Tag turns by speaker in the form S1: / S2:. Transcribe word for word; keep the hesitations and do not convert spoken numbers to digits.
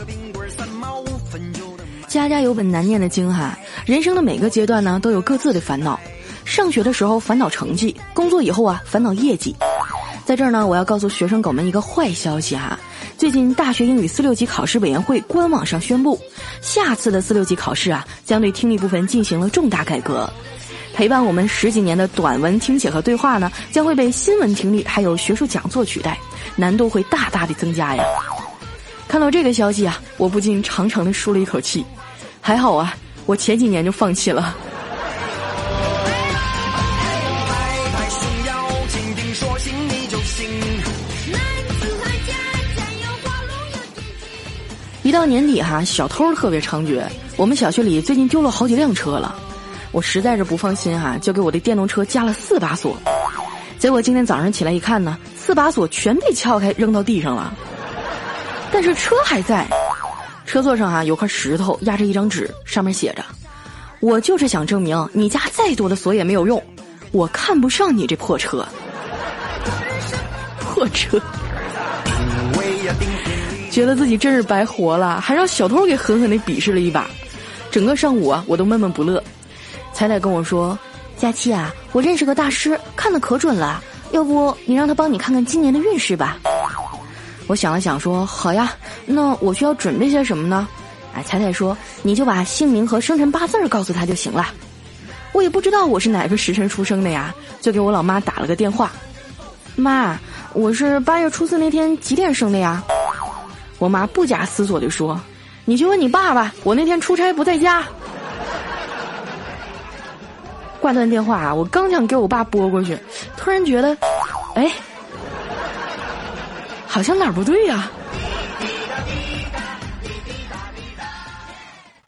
S1: 家家有本难念的经哈，人生的每个阶段呢都有各自的烦恼。上学的时候烦恼成绩，工作以后啊烦恼业绩。在这儿呢，我要告诉学生狗们一个坏消息哈。最近大学英语四六级考试委员会官网上宣布，下次的四六级考试啊将对听力部分进行了重大改革。陪伴我们十几年的短文听写和对话呢，将会被新闻听力还有学术讲座取代，难度会大大的增加呀。看到这个消息啊，我不禁长长的舒了一口气。还好啊，我前几年就放弃了。一到年底哈，小偷特别猖獗，我们小区里最近丢了好几辆车了。我实在是不放心哈，就给我的电动车加了四把锁。结果今天早上起来一看呢，四把锁全被撬开扔到地上了，但是车还在。车座上啊有块石头压着一张纸，上面写着：我就是想证明你家再多的锁也没有用，我看不上你这破车。破车，觉得自己真是白活了，还让小偷给狠狠地鄙视了一把。整个上午啊我都闷闷不乐。彩彩跟我说，佳期啊，我认识个大师，看得可准了，要不你让他帮你看看今年的运势吧。我想了想说，好呀，那我需要准备些什么呢？哎，彩彩说，你就把姓名和生辰八字告诉他就行了。我也不知道我是哪个时辰出生的呀，就给我老妈打了个电话。妈，我是八月初四那天几点生的呀？我妈不假思索地说，你去问你爸爸，我那天出差不在家。挂断电话啊，我刚想给我爸拨过去，突然觉得，哎，好像哪儿不对呀、啊。